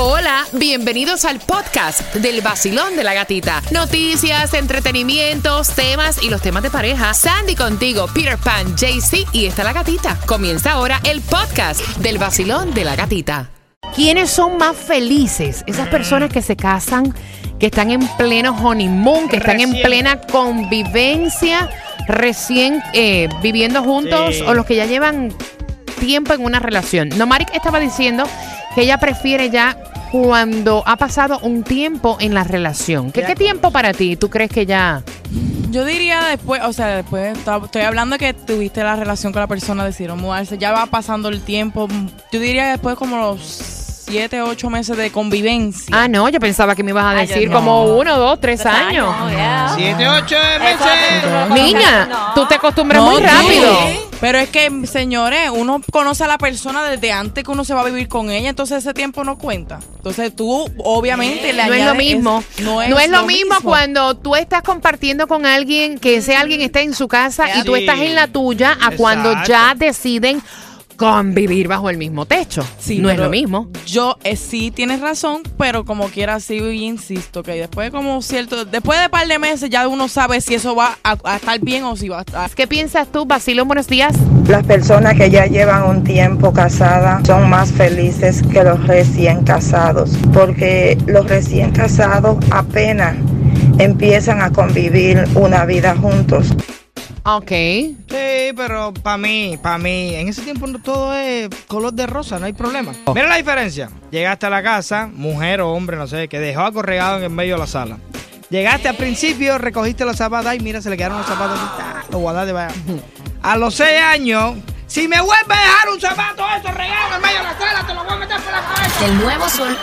Hola, bienvenidos al podcast del Vacilón de la Gatita. Noticias, entretenimientos, temas y los temas de pareja. Sandy contigo, Peter Pan, JC y está la gatita. Comienza ahora el podcast del Vacilón de la Gatita. ¿Quiénes son más felices? Esas personas que se casan, que están en pleno honeymoon, que están en plena convivencia, recién viviendo juntos, o los que ya llevan tiempo en una relación. Nomarik estaba diciendo que ella prefiere ya cuando ha pasado un tiempo en la relación. ¿Qué tiempo para ti tú crees que ya? Yo diría después, estoy hablando que tuviste la relación con la persona, decidieron mudarse, ya va pasando el tiempo. Yo diría después como los 7, 8 meses de convivencia. Ah, no, yo pensaba que me ibas a decir como 1, 2, 3 años. 7, 8 meses. Niña, tú te acostumbras muy rápido. Pero es que, señores, uno conoce a la persona desde antes que uno se va a vivir con ella, entonces ese tiempo no cuenta. Entonces tú, obviamente, le añades... No es lo mismo. No es lo mismo cuando tú estás compartiendo con alguien, que ese alguien está en su casa y tú estás en la tuya, a cuando ya deciden convivir bajo el mismo techo. Sí, no es lo mismo. Yo sí tienes razón, pero como quiera sí insisto que después después de un par de meses ya uno sabe si eso va a estar bien o si va a estar. ¿Qué piensas tú, Basilio? Buenos días. Las personas que ya llevan un tiempo casadas son más felices que los recién casados, porque los recién casados apenas empiezan a convivir una vida juntos. Ok. Sí, pero para mí, en ese tiempo todo es color de rosa, no hay problema. Mira la diferencia. Llegaste a la casa, mujer o hombre, no sé, que dejó algo regado en el medio de la sala. Llegaste al principio, recogiste los zapatos, y mira, se le quedaron los zapatos así, los guardaste, vaya. A los 6 años, si me vuelves a dejar un zapato eso regado en el medio de la sala, te lo voy a meter por la cabeza. El Nuevo Sol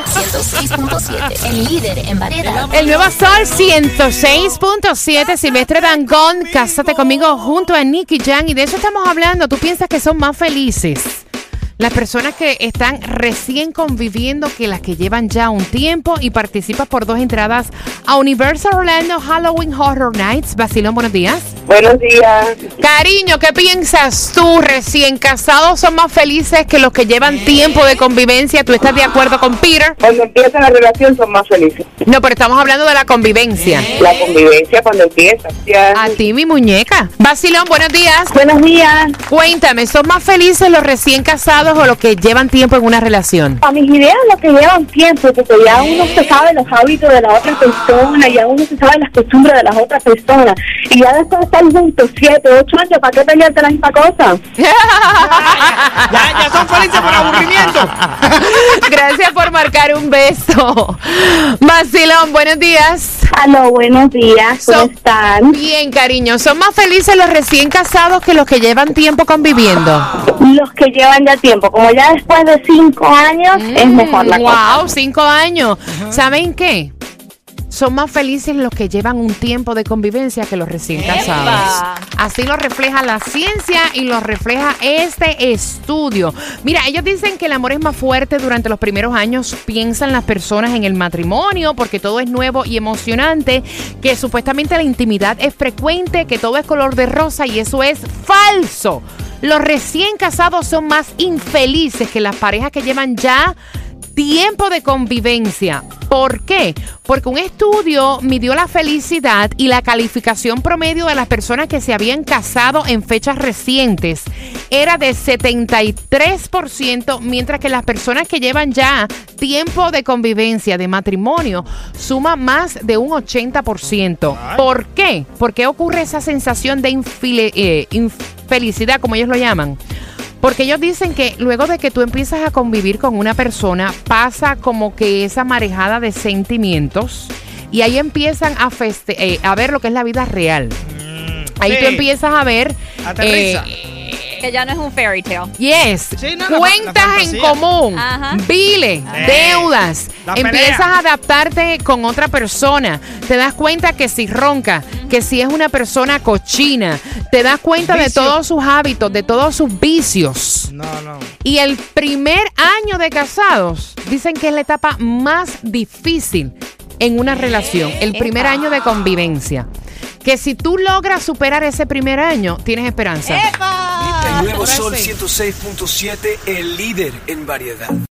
106.7, el líder en variedad. El Nuevo Sol 106.7, Silvestre Dangond, Cásate Conmigo junto a Nicky Jam. Y de eso estamos hablando. ¿Tú piensas que son más felices las personas que están recién conviviendo que las que llevan ya un tiempo? Y participas por 2 entradas a Universal Orlando Halloween Horror Nights. Basilón, buenos días. Buenos días. Cariño, ¿qué piensas tú? ¿Recién casados son más felices que los que llevan tiempo de convivencia? ¿Tú estás de acuerdo con Peter? Cuando empiezan la relación son más felices. No, pero estamos hablando de la convivencia. La convivencia cuando empieza. A ti, mi muñeca. Basilón, buenos días. Buenos días. Cuéntame, ¿son más felices los recién casados o los que llevan tiempo en una relación? A mis ideas, los que llevan tiempo, porque ya uno se sabe los hábitos de la otra persona, ya uno se sabe las costumbres de las otras personas, y ya después de estar juntos 7, 8 años, ¿para qué pelearte la misma cosa? Ya son felices por aburrimiento. Gracias por marcar, un beso. Basilón, buenos días. Aló, buenos días, ¿cómo están? Bien, cariño. ¿Son más felices los recién casados que los que llevan tiempo conviviendo? Los que llevan ya tiempo, como ya después de 5 años, es mejor la cosa. Wow, 5 años. ¿Saben qué? Son más felices los que llevan un tiempo de convivencia que los recién casados. Así lo refleja la ciencia y lo refleja este estudio. Mira, ellos dicen que el amor es más fuerte durante los primeros años. Piensan las personas en el matrimonio porque todo es nuevo y emocionante, que supuestamente la intimidad es frecuente, que todo es color de rosa, y eso es falso. Los recién casados son más infelices que las parejas que llevan ya tiempo de convivencia. ¿Por qué? Porque un estudio midió la felicidad y la calificación promedio de las personas que se habían casado en fechas recientes era de 73%, mientras que las personas que llevan ya tiempo de convivencia, de matrimonio, suma más de un 80%. ¿Por qué? ¿Por qué ocurre esa sensación de infelicidad, como ellos lo llaman? Porque ellos dicen que luego de que tú empiezas a convivir con una persona, pasa como que esa marejada de sentimientos, y ahí empiezan a ver lo que es la vida real. Ahí tú empiezas a ver que ya no es un fairy tale. Yes. Sí, no, cuentas en común, biles, deudas. Empiezas a adaptarte con otra persona. Te das cuenta que si ronca, que si es una persona cochina. Te das cuenta de todos sus hábitos, de todos sus vicios. No. Y el primer año de casados, dicen que es la etapa más difícil en una relación. El primer año de convivencia. Que si tú logras superar ese primer año, tienes esperanza. El Nuevo Sol 106.7, el líder en variedad.